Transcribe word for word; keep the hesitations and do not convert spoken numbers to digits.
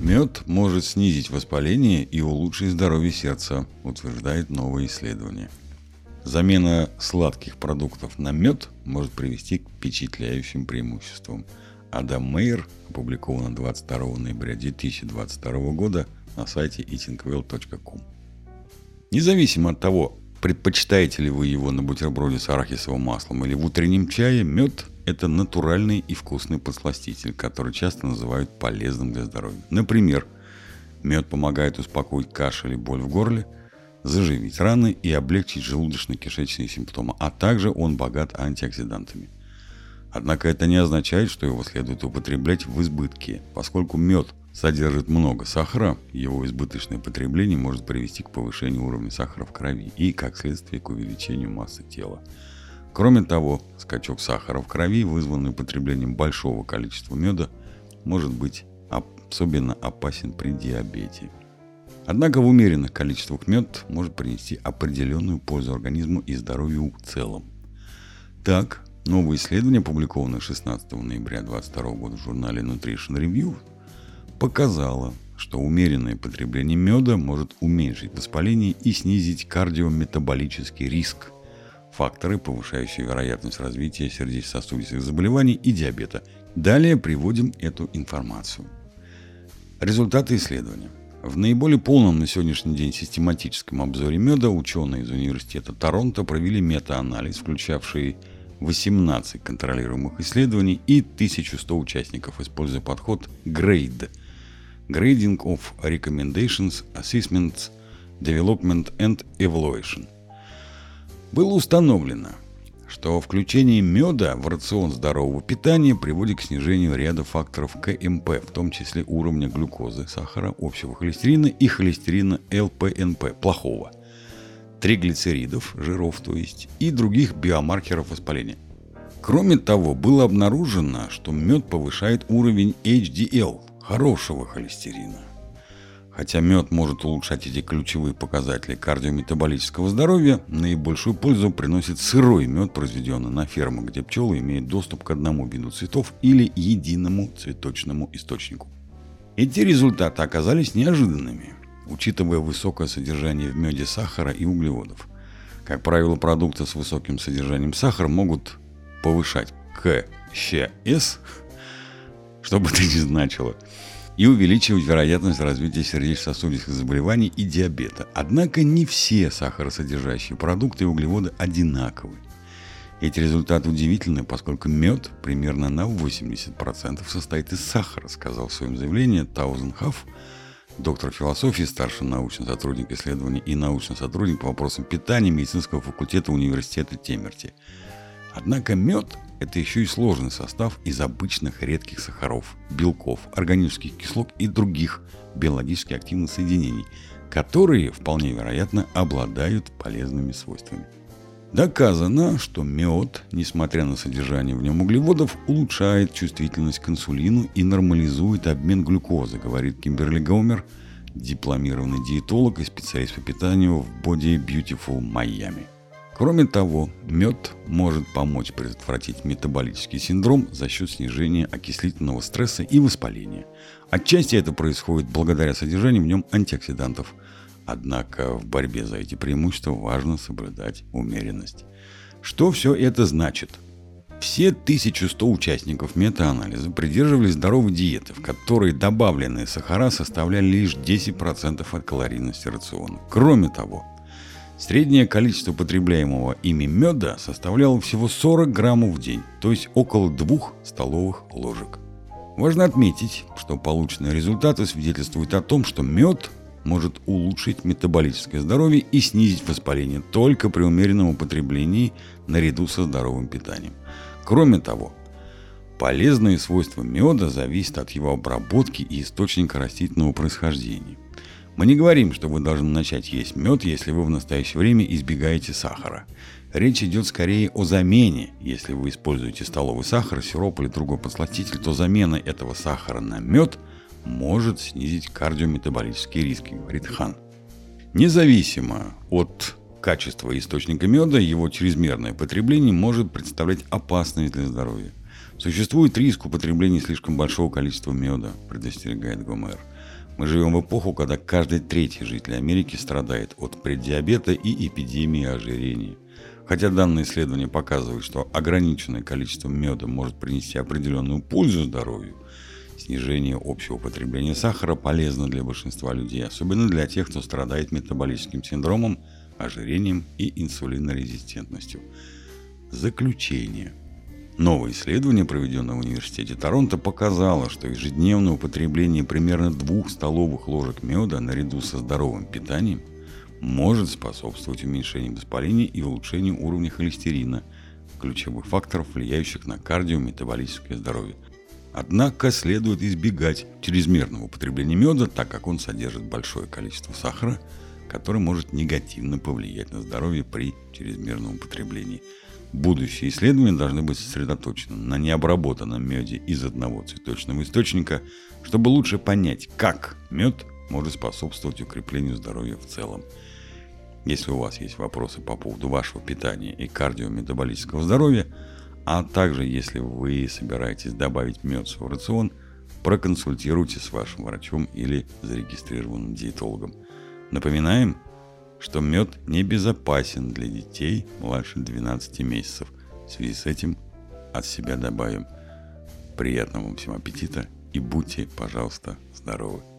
Мед может снизить воспаление и улучшить здоровье сердца, утверждает новое исследование. Замена сладких продуктов на мед может привести к впечатляющим преимуществам. Адам Мейер, опубликовано двадцать второго ноября две тысячи двадцать второго года на сайте итинг вэлл точка ком. Независимо от того, предпочитаете ли вы его на бутерброде с арахисовым маслом или в утреннем чае, мед – это натуральный и вкусный подсластитель, который часто называют полезным для здоровья. Например, мед помогает успокоить кашель и боль в горле, заживить раны и облегчить желудочно-кишечные симптомы, а также он богат антиоксидантами. Однако это не означает, что его следует употреблять в избытке. Поскольку мед содержит много сахара, его избыточное потребление может привести к повышению уровня сахара в крови и, как следствие, к увеличению массы тела. Кроме того, скачок сахара в крови, вызванный употреблением большого количества меда, может быть особенно опасен при диабете. Однако в умеренных количествах мед может принести определенную пользу организму и здоровью в целом. Так, новое исследование, опубликованное шестнадцатого ноября две тысячи двадцать второго года в журнале Nutrition Review, показало, что умеренное потребление меда может уменьшить воспаление и снизить кардиометаболический риск, факторы, повышающие вероятность развития сердечно-сосудистых заболеваний и диабета. Далее приводим эту информацию. Результаты исследования. В наиболее полном на сегодняшний день систематическом обзоре меда ученые из Университета Торонто провели мета-анализ, включавший восемнадцать контролируемых исследований и тысячу сто участников, используя подход грейд – Grading of Recommendations, Assessments, Development and Evaluation. Было установлено, что включение меда в рацион здорового питания приводит к снижению ряда факторов ка эм пэ, в том числе уровня глюкозы, сахара, общего холестерина и холестерина эл пэ эн пэ, плохого, триглицеридов, жиров, то есть, и других биомаркеров воспаления. Кроме того, было обнаружено, что мед повышает уровень эйч ди эл, хорошего холестерина. Хотя мед может улучшать эти ключевые показатели кардиометаболического здоровья, наибольшую пользу приносит сырой мед, произведенный на фермах, где пчелы имеют доступ к одному виду цветов или единому цветочному источнику. Эти результаты оказались неожиданными, учитывая высокое содержание в меде сахара и углеводов. Как правило, продукты с высоким содержанием сахара могут повышать ка щ эс, что бы это ни значило, и увеличивать вероятность развития сердечно-сосудистых заболеваний и диабета. Однако не все сахаросодержащие продукты и углеводы одинаковы. Эти результаты удивительны, поскольку мед примерно на восемьдесят процентов состоит из сахара, сказал в своем заявлении Таузен Хафф, доктор философии, старший научный сотрудник исследований и научный сотрудник по вопросам питания медицинского факультета университета Темерти. Однако мед – это еще и сложный состав из обычных редких сахаров, белков, органических кислот и других биологически активных соединений, которые, вполне вероятно, обладают полезными свойствами. Доказано, что мед, несмотря на содержание в нем углеводов, улучшает чувствительность к инсулину и нормализует обмен глюкозы, говорит Кимберли Гомер, дипломированный диетолог и специалист по питанию в Body Beautiful Miami. Кроме того, мед может помочь предотвратить метаболический синдром за счет снижения окислительного стресса и воспаления. Отчасти это происходит благодаря содержанию в нем антиоксидантов. Однако в борьбе за эти преимущества важно соблюдать умеренность. Что все это значит? Все тысяча сто участников мета-анализа придерживались здоровой диеты, в которой добавленные сахара составляли лишь десять процентов от калорийности рациона. Кроме того, среднее количество потребляемого ими меда составляло всего сорок граммов в день, то есть около двух столовых ложек. Важно отметить, что полученные результаты свидетельствуют о том, что мед может улучшить метаболическое здоровье и снизить воспаление только при умеренном употреблении наряду со здоровым питанием. Кроме того, полезные свойства меда зависят от его обработки и источника растительного происхождения. Мы не говорим, что вы должны начать есть мед, если вы в настоящее время избегаете сахара. Речь идет скорее о замене. Если вы используете столовый сахар, сироп или другой подсластитель, то замена этого сахара на мед может снизить кардиометаболические риски, говорит Хан. Независимо от качества источника меда, его чрезмерное потребление может представлять опасность для здоровья. Существует риск употребления слишком большого количества меда, предостерегает Гомер. Мы живем в эпоху, когда каждый третий житель Америки страдает от преддиабета и эпидемии ожирения. Хотя данные исследования показывают, что ограниченное количество меда может принести определенную пользу здоровью, снижение общего потребления сахара полезно для большинства людей, особенно для тех, кто страдает метаболическим синдромом, ожирением и инсулинорезистентностью. Заключение. Новое исследование, проведенное в университете Торонто, показало, что ежедневное употребление примерно двух столовых ложек меда наряду со здоровым питанием может способствовать уменьшению воспаления и улучшению уровня холестерина, ключевых факторов, влияющих на кардиометаболическое здоровье. Однако следует избегать чрезмерного употребления меда, так как он содержит большое количество сахара, который может негативно повлиять на здоровье при чрезмерном употреблении. Будущие исследования должны быть сосредоточены на необработанном меде из одного цветочного источника, чтобы лучше понять, как мед может способствовать укреплению здоровья в целом. Если у вас есть вопросы по поводу вашего питания и кардиометаболического здоровья, а также если вы собираетесь добавить мед в свой рацион, проконсультируйтесь с вашим врачом или зарегистрированным диетологом. Напоминаем, что мед небезопасен для детей младше двенадцати месяцев. В связи с этим от себя добавим приятного вам всем аппетита и будьте, пожалуйста, здоровы.